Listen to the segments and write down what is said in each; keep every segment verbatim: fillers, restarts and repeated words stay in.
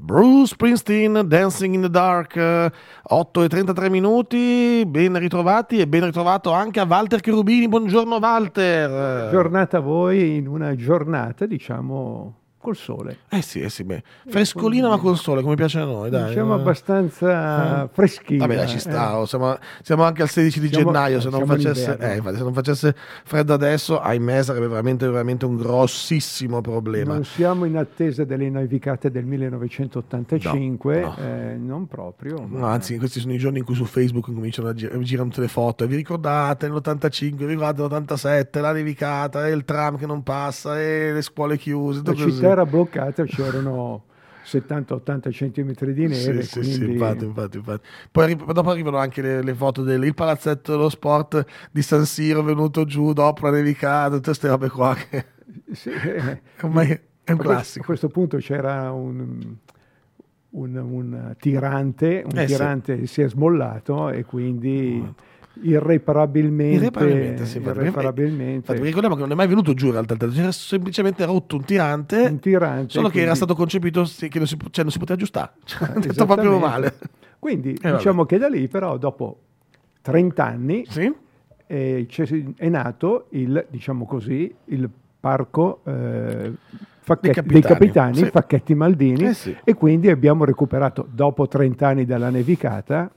Bruce Springsteen, Dancing in the Dark, otto e trentatré minuti, ben ritrovati e ben ritrovato anche a Walter Cherubini. Buongiorno Walter. Giornata a voi in una giornata, diciamo, col sole. Eh sì, eh sì, beh. Frescolina ma col sole, come piace a noi, dai. Diciamo abbastanza eh. freschina. Vabbè, dai, ci sta, eh. siamo, siamo anche al sedici di siamo, gennaio, se non, facesse, eh, infatti, se non facesse freddo adesso, ahimè, sarebbe veramente, veramente un grossissimo problema. Non siamo in attesa delle nevicate del millenovecentottantacinque, no, no. Eh, non proprio. Ma... No, anzi, questi sono i giorni in cui su Facebook cominciano a girare, girano tutte le foto, e vi ricordate nell'ottantacinque, vi ricordate nell'ottantasette, la nevicata, e il tram che non passa, e le scuole chiuse, la così. Città era bloccata, c'erano settanta ottanta centimetri di neve. Sì, quindi... sì, sì, infatti, infatti, infatti. Poi arri- dopo arrivano anche le, le foto del il palazzetto dello sport di San Siro venuto giù dopo la nevicata, tutte queste robe qua che sì, eh, ormai è un a classico. A questo punto c'era un, un, un tirante, un eh, tirante sì. si è smollato e quindi... Oh. Irreparabilmente, irreparabilmente, sì, irreparabilmente. Infatti, ricordiamo che non è mai venuto giù in realtà, c'era semplicemente rotto un tirante, un tirante solo quindi... che era stato concepito che non si, cioè non si poteva aggiustare, cioè, è detto proprio male. Quindi eh, diciamo vabbè. che da lì però dopo trenta anni sì? eh, è nato il, diciamo così, il parco eh, Facchetti, dei capitani, dei capitani sì. Facchetti Maldini, eh sì. E quindi abbiamo recuperato dopo trenta anni dalla nevicata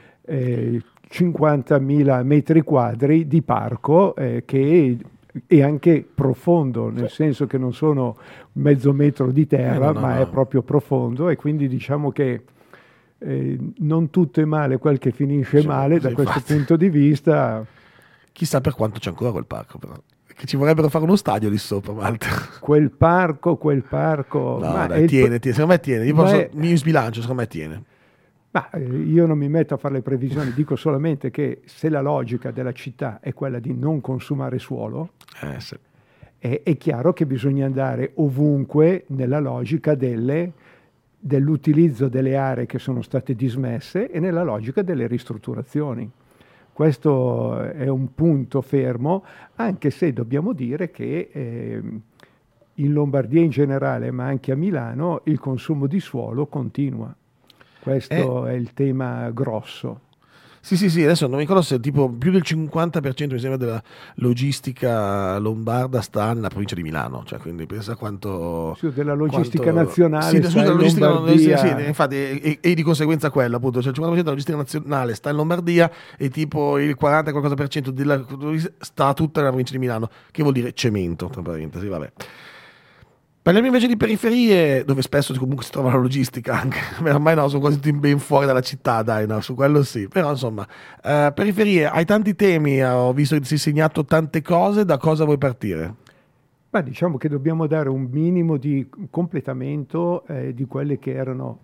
eh, cinquantamila metri quadri di parco eh, che è anche profondo, nel sì. senso che non sono mezzo metro di terra, eh, no, no, ma no. è proprio profondo, e quindi diciamo che eh, non tutto è male quel che finisce sì, male, sì, da questo infatti. punto di vista. Chissà per quanto c'è ancora quel parco, però. Che ci vorrebbero fare uno stadio lì sopra, Walter. Quel parco, quel parco... No, ma dai, tiene, il... tiene, secondo me tiene. Io posso, è... mi sbilancio, secondo me tiene. Ma io non mi metto a fare le previsioni, dico solamente che se la logica della città è quella di non consumare suolo, eh, sì. è, è chiaro che bisogna andare ovunque nella logica delle, dell'utilizzo delle aree che sono state dismesse e nella logica delle ristrutturazioni. Questo è un punto fermo, anche se dobbiamo dire che eh, in Lombardia in generale, ma anche a Milano, il consumo di suolo continua. Questo eh, è il tema grosso. Sì, sì, sì, adesso non mi ricordo se tipo più del cinquanta per cento mi sembra della logistica lombarda sta nella provincia di Milano, cioè quindi pensa quanto... Sì, della logistica quanto, nazionale sì, sta in logistica, Lombardia. Sì, sì, infatti, e, e di conseguenza quella, appunto, cioè il cinquanta per cento della logistica nazionale sta in Lombardia e tipo il quaranta qualcosa per cento della, sta tutta nella provincia di Milano, che vuol dire cemento, tra parentesi, vabbè. Parliamo invece di periferie, dove spesso comunque si trova la logistica anche, ormai no, sono quasi tutti ben fuori dalla città, dai, no, su quello sì, però insomma, eh, periferie, hai tanti temi, ho visto che ti sei segnato tante cose, da cosa vuoi partire? Beh, diciamo che dobbiamo dare un minimo di completamento eh, di quelle che erano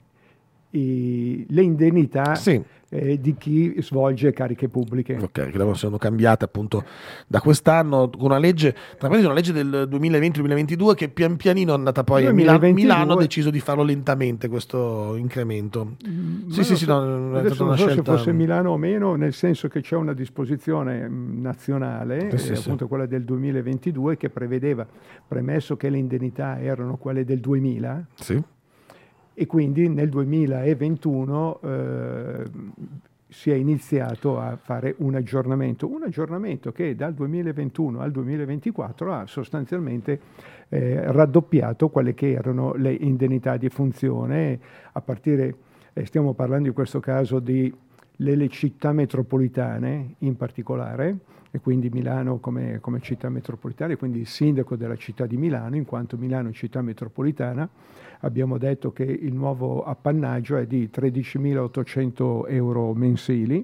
i, le indennità sì. eh, di chi svolge cariche pubbliche. Ok, che sono cambiate appunto da quest'anno con una legge, tra l'altro una legge del duemilaventi duemilaventidue che pian pianino è andata poi a Milano, Milano ha deciso di farlo lentamente questo incremento. Mm, sì, sì, so, sì, no, adesso una non so scelta... se fosse Milano o meno, nel senso che c'è una disposizione nazionale, sì, sì, eh, appunto sì. quella del duemilaventidue, che prevedeva, premesso che le indennità erano quelle del duemila, sì. E quindi nel duemilaventuno eh, si è iniziato a fare un aggiornamento, un aggiornamento che dal duemilaventuno al duemilaventiquattro ha sostanzialmente eh, raddoppiato quelle che erano le indennità di funzione, a partire, eh, stiamo parlando in questo caso di le città metropolitane in particolare, e quindi Milano come, come città metropolitana, e quindi il sindaco della città di Milano, in quanto Milano è città metropolitana. Abbiamo detto che il nuovo appannaggio è di tredicimilaottocento euro mensili,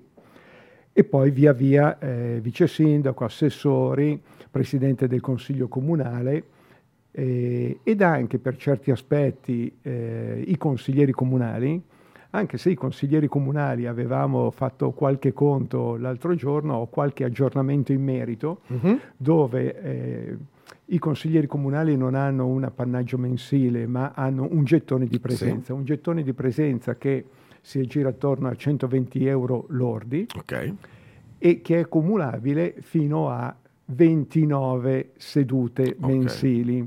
e poi via via eh, vice sindaco, assessori, presidente del consiglio comunale eh, ed anche per certi aspetti eh, i consiglieri comunali, anche se i consiglieri comunali avevamo fatto qualche conto l'altro giorno o qualche aggiornamento in merito, uh-huh. dove eh, i consiglieri comunali non hanno un appannaggio mensile, ma hanno un gettone di presenza, sì. un gettone di presenza che si aggira attorno a centoventi euro lordi, okay. e che è cumulabile fino a ventinove sedute okay. mensili.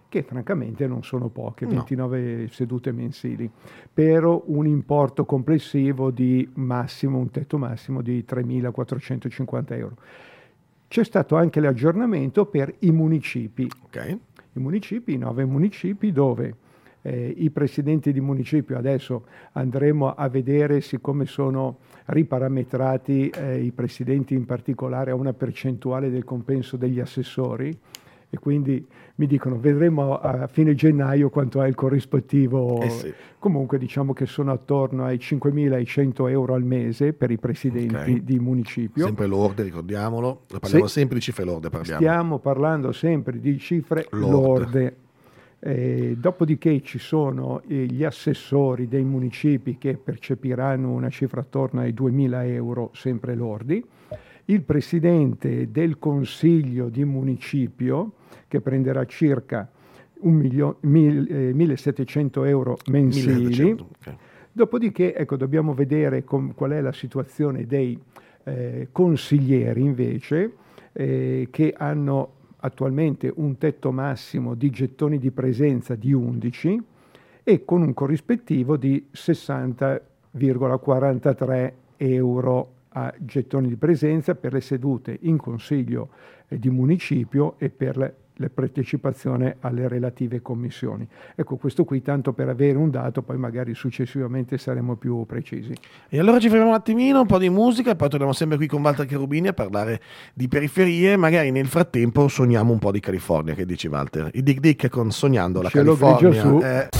che francamente non sono poche, No. ventinove sedute mensili, per un importo complessivo di massimo, un tetto massimo di tremilaquattrocentocinquanta euro. C'è stato anche l'aggiornamento per i municipi. Ok. I municipi, i nove municipi dove eh, i presidenti di municipio, adesso andremo a vedere, siccome sono riparametrati eh, i presidenti in particolare a una percentuale del compenso degli assessori, e quindi mi dicono vedremo a fine gennaio quanto è il corrispettivo. Eh sì. Comunque diciamo che sono attorno ai cinquemilacento euro al mese per i presidenti Ok. di municipio. Sempre lorde, ricordiamolo. Parliamo Sì. sempre di cifre lorde. Parliamo. Stiamo parlando sempre di cifre Lorde. lorde. Eh, dopodiché ci sono eh, gli assessori dei municipi che percepiranno una cifra attorno ai duemila euro sempre lordi, il presidente del consiglio di municipio che prenderà circa un milio- mil- eh, millesettecento euro mensili. millesettecento, ok. Dopodiché ecco, dobbiamo vedere com- qual è la situazione dei eh, consiglieri invece eh, che hanno attualmente un tetto massimo di gettoni di presenza di undici e con un corrispettivo di sessanta virgola quarantatré euro a gettoni di presenza per le sedute in consiglio eh, di municipio e per le, la partecipazione alle relative commissioni. Ecco, questo qui tanto per avere un dato, poi magari successivamente saremo più precisi. E allora ci fermiamo un attimino, un po' di musica e poi torniamo sempre qui con Walter Cherubini a parlare di periferie. Magari nel frattempo sogniamo un po' di California, che dici Walter? I Dick Dick con Sognando la Cielo California. grigio su. eh.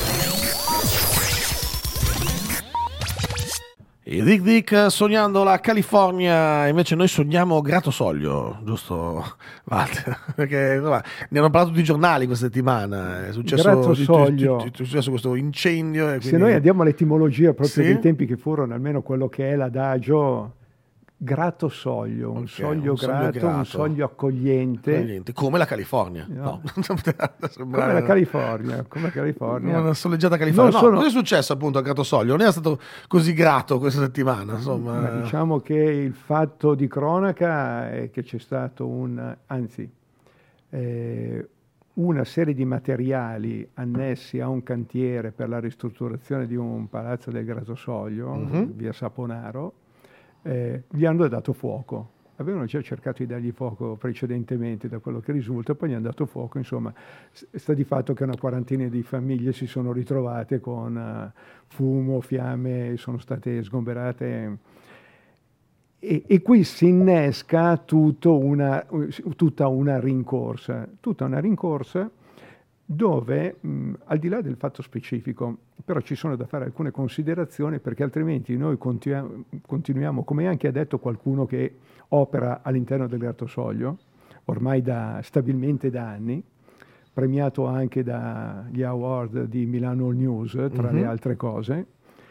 I Dick Dick sognando la California, invece noi sogniamo Gratosoglio, giusto Walter? Perché insomma, ne hanno parlato tutti i giornali questa settimana, è successo, Gratosoglio. è successo questo incendio. E Se quindi... noi andiamo all'etimologia proprio Sì? dei tempi che furono, almeno quello che è l'adagio, grato soglio, un Ok, soglio un soglio grato, grato. un soglio accogliente, Niente, come la California. No. No. come la California, come la California. Una soleggiata California. Non No, sono- cosa è successo appunto a Gratosoglio? Non era stato così grato questa settimana, insomma. Ma diciamo che il fatto di cronaca è che c'è stato un, anzi, eh, una serie di materiali annessi a un cantiere per la ristrutturazione di un palazzo del Gratosoglio, Mhm. via Saponaro, eh, gli hanno dato fuoco. Avevano già cercato di dargli fuoco precedentemente, da quello che risulta, poi gli hanno dato fuoco. Insomma, s- sta di fatto che una quarantina di famiglie si sono ritrovate con eh, fumo, fiamme, sono state sgomberate. E, e qui si innesca tutto una, tutta una rincorsa, tutta una rincorsa dove, mh, al di là del fatto specifico, però ci sono da fare alcune considerazioni, perché altrimenti noi continua- continuiamo, come anche ha detto qualcuno che opera all'interno del Gratosoglio, ormai da, stabilmente da anni, premiato anche dagli award di Milano All News, tra Mhm. le altre cose.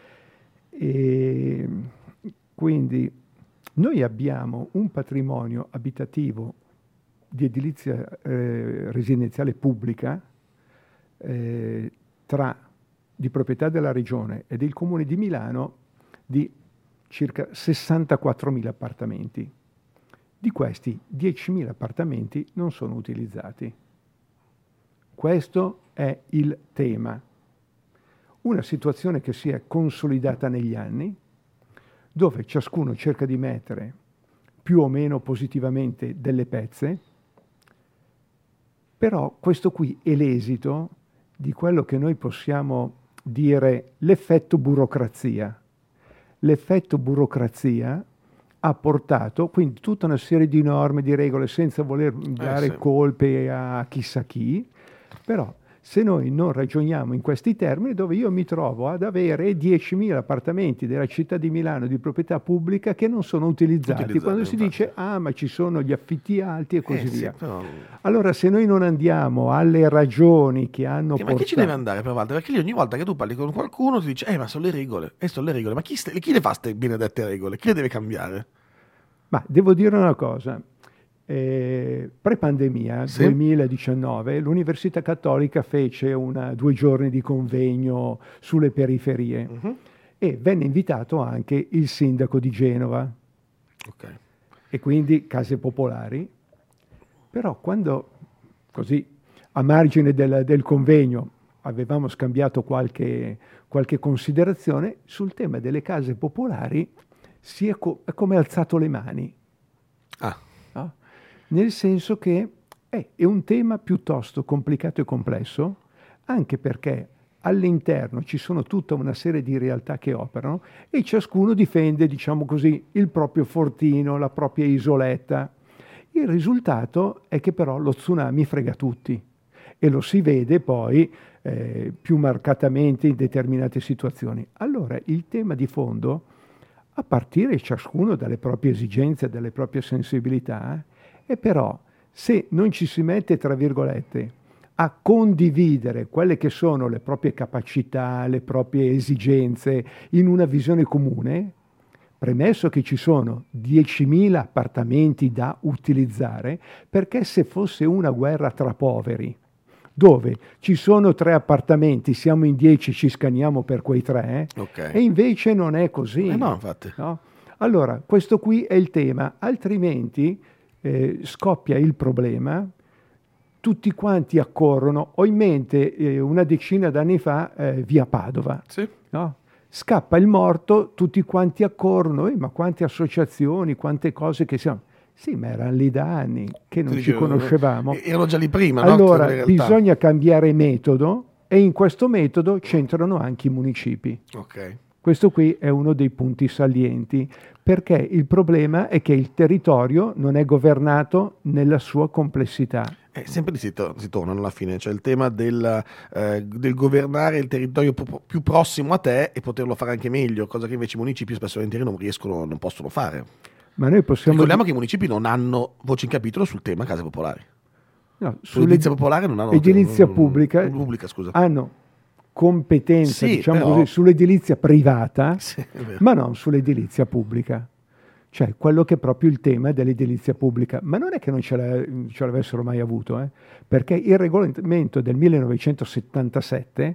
E quindi noi abbiamo un patrimonio abitativo di edilizia eh, residenziale pubblica eh, tra di proprietà della Regione e del Comune di Milano di circa sessantaquattromila appartamenti. Di questi diecimila appartamenti non sono utilizzati. Questo è il tema. Una situazione che si è consolidata negli anni, dove ciascuno cerca di mettere più o meno positivamente delle pezze, però questo qui è l'esito di quello che noi possiamo dire l'effetto burocrazia. L'effetto burocrazia ha portato quindi tutta una serie di norme, di regole, senza voler dare sì. colpe a chissà chi, però se noi non ragioniamo in questi termini, dove io mi trovo ad avere diecimila appartamenti della città di Milano di proprietà pubblica che non sono utilizzati, Utilizzati, quando si infatti. dice ah ma ci sono gli affitti alti e così Eh, sì, via. però- Allora se noi non andiamo alle ragioni che hanno Eh, ma portato... chi ci deve andare per Walter? Perché lì ogni volta che tu parli con qualcuno ti dice eh ma sono le regole, eh sono le regole, ma chi, ste- chi le fa queste benedette regole? Chi le deve cambiare? Ma devo dire una cosa, eh, pre-pandemia, Sì. duemiladiciannove, l'Università Cattolica fece una, due giorni di convegno sulle periferie Mhm. e venne invitato anche il sindaco di Genova Ok. e quindi case popolari, però quando così a margine del, del convegno avevamo scambiato qualche, qualche considerazione sul tema delle case popolari, si è, co- è come alzato le mani. Ah. No? Nel senso che è, è un tema piuttosto complicato e complesso, anche perché all'interno ci sono tutta una serie di realtà che operano e ciascuno difende, diciamo così, il proprio fortino, la propria isoletta. Il risultato è che però lo tsunami frega tutti e lo si vede poi eh, più marcatamente in determinate situazioni. Allora il tema di fondo, a partire ciascuno dalle proprie esigenze, dalle proprie sensibilità, è però se non ci si mette, tra virgolette, a condividere quelle che sono le proprie capacità, le proprie esigenze in una visione comune, premesso che ci sono diecimila appartamenti da utilizzare, perché se fosse una guerra tra poveri, dove ci sono tre appartamenti, siamo in dieci, ci scaniamo per quei tre, eh? Okay. E invece non è così. Eh no, infatti. No? Allora, questo qui è il tema, altrimenti eh, scoppia il problema, tutti quanti accorrono. Ho in mente eh, una decina d'anni fa eh, via Padova, Sì. no? Scappa il morto, tutti quanti accorrono, eh, ma quante associazioni, quante cose che siamo. Sì, ma erano lì da anni che non Tu ci dici, conoscevamo. Erano già lì prima, no? Allora, In realtà. bisogna cambiare metodo e in questo metodo c'entrano anche i municipi. Ok. Questo qui è uno dei punti salienti, perché il problema è che il territorio non è governato nella sua complessità. Eh, sempre lì si, to- si tornano alla fine, cioè il tema del, eh, del governare il territorio po- più prossimo a te e poterlo fare anche meglio, cosa che invece i municipi spesso e volentieri non riescono, non possono fare. Ma noi possiamo... Ricordiamo che i municipi non hanno voce in capitolo sul tema case popolari. No, Sull'edilizia popolare non hanno... edilizia non- pubblica, pubblica, scusa. hanno competenza, Sì, diciamo però- così, sull'edilizia privata, Sì, è vero. ma non sull'edilizia pubblica. Cioè, quello che è proprio il tema dell'edilizia pubblica. Ma non è che non ce, l'ave- ce l'avessero mai avuto, eh? Perché il regolamento del millenovecentosettantasette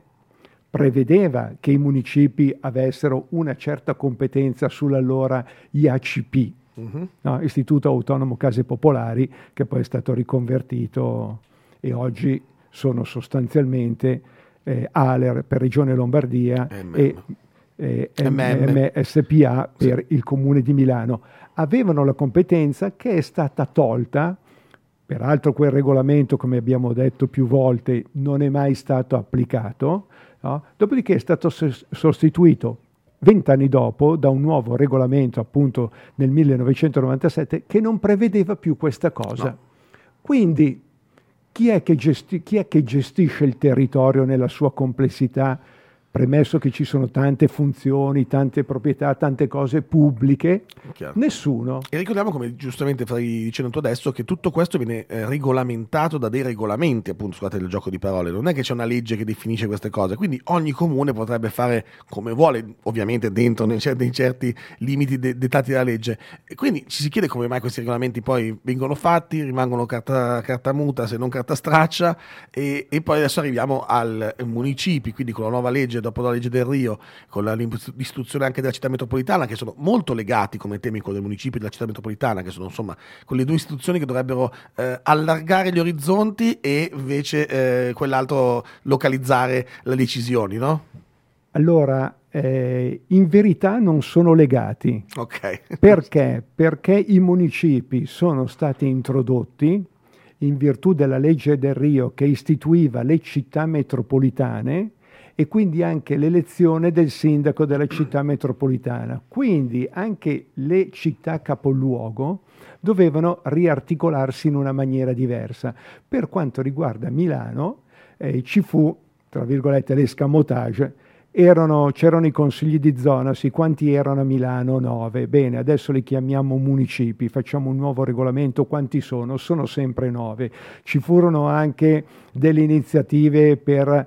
prevedeva che i municipi avessero una certa competenza sull'allora I A C P, Mhm. no? Istituto Autonomo Case Popolari, che poi è stato riconvertito e oggi sono sostanzialmente eh, A L E R per Regione Lombardia M M. e eh, M M. M S P A per il Comune di Milano. Avevano la competenza che è stata tolta, peraltro quel regolamento, come abbiamo detto più volte, non è mai stato applicato, no? Dopodiché è stato sos- sostituito vent'anni dopo da un nuovo regolamento, appunto nel millenovecentonovantasette, che non prevedeva più questa cosa. No. Quindi chi è che gesti- chi è che gestisce il territorio nella sua complessità, premesso che ci sono tante funzioni, tante proprietà, tante cose pubbliche? Chiaro. Nessuno. E ricordiamo, come giustamente stai dicendo tu adesso, che tutto questo viene eh, regolamentato da dei regolamenti, appunto, scusate il gioco di parole, non è che c'è una legge che definisce queste cose, quindi ogni comune potrebbe fare come vuole, ovviamente dentro nei certi, nei certi limiti de- dettati dalla legge. E quindi ci si chiede come mai questi regolamenti poi vengono fatti, rimangono carta, carta muta se non carta straccia, e, e poi adesso arriviamo al municipi, quindi con la nuova legge, dopo la legge del Rio, con la, l'istituzione anche della città metropolitana, che sono molto legati come temi con i municipi della città metropolitana, che sono insomma quelle due istituzioni che dovrebbero eh, allargare gli orizzonti e invece eh, quell'altro localizzare le decisioni, no? Allora, eh, in verità non sono legati. Ok. Perché? Perché i municipi sono stati introdotti in virtù della legge del Rio che istituiva le città metropolitane e quindi anche l'elezione del sindaco della città metropolitana. Quindi anche le città capoluogo dovevano riarticolarsi in una maniera diversa. Per quanto riguarda Milano, eh, ci fu, tra virgolette, l'escamotage. Erano, c'erano i consigli di zona, sì, quanti erano a Milano? Nove. Bene, adesso li chiamiamo municipi, facciamo un nuovo regolamento, quanti sono? Sono sempre nove. Ci furono anche delle iniziative per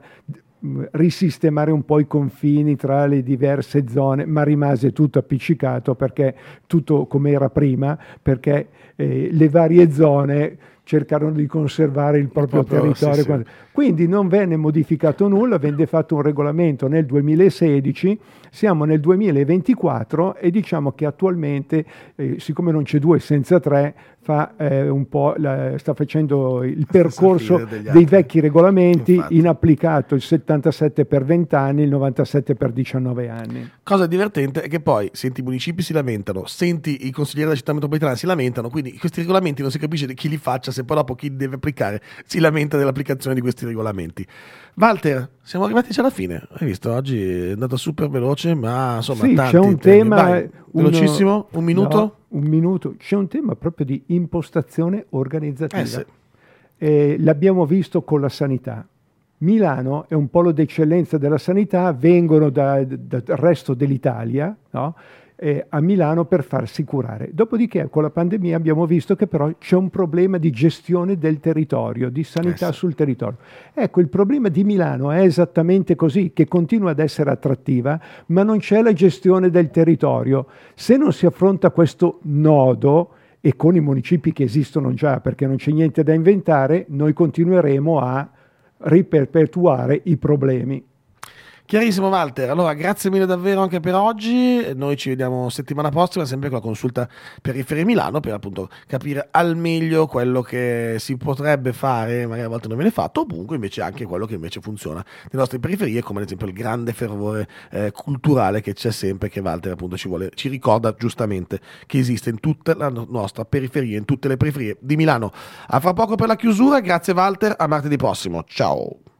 risistemare un po' i confini tra le diverse zone, ma rimase tutto appiccicato, perché tutto come era prima, perché eh, le varie zone cercarono di conservare il proprio, il proprio territorio. Sì, sì. Quindi non venne modificato nulla, venne fatto un regolamento nel duemilasedici, Siamo nel duemilaventiquattro e diciamo che attualmente, eh, siccome non c'è due senza tre, fa, eh, un po' la, sta facendo il percorso dei vecchi regolamenti. Infatti. In applicato il settantasette per venti anni, il novantasette per diciannove anni. Cosa divertente è che poi senti i municipi si lamentano, senti i consiglieri della città metropolitana si lamentano, quindi questi regolamenti non si capisce di chi li faccia, se poi dopo chi li deve applicare si lamenta dell'applicazione di questi regolamenti. Walter, siamo arrivati già alla fine, hai visto, oggi è andato super veloce, ma insomma sì, tanti c'è un temi. tema Vai, uno, velocissimo, un minuto? No, un minuto, c'è un tema proprio di impostazione organizzativa. Eh sì. eh, l'abbiamo visto con la sanità. Milano è un polo d'eccellenza della sanità, vengono da, da, dal resto dell'Italia, no? eh, a Milano per farsi curare. Dopodiché con la pandemia abbiamo visto che però c'è un problema di gestione del territorio, di sanità eh sì. sul territorio. Ecco, il problema di Milano è esattamente così, che continua ad essere attrattiva, ma non c'è la gestione del territorio. Se non si affronta questo nodo, e con i municipi che esistono già, perché non c'è niente da inventare, noi continueremo a riperpetuare i problemi. Chiarissimo Walter, allora grazie mille davvero anche per oggi, noi ci vediamo settimana prossima sempre con la consulta Periferie Milano per appunto capire al meglio quello che si potrebbe fare, magari a volte non viene fatto, o comunque invece anche quello che invece funziona nelle nostre periferie, come ad esempio il grande fervore eh, culturale che c'è sempre, che Walter appunto ci, vuole, ci ricorda giustamente che esiste in tutta la nostra periferia, in tutte le periferie di Milano. A fra poco per la chiusura, grazie Walter, a martedì prossimo, ciao!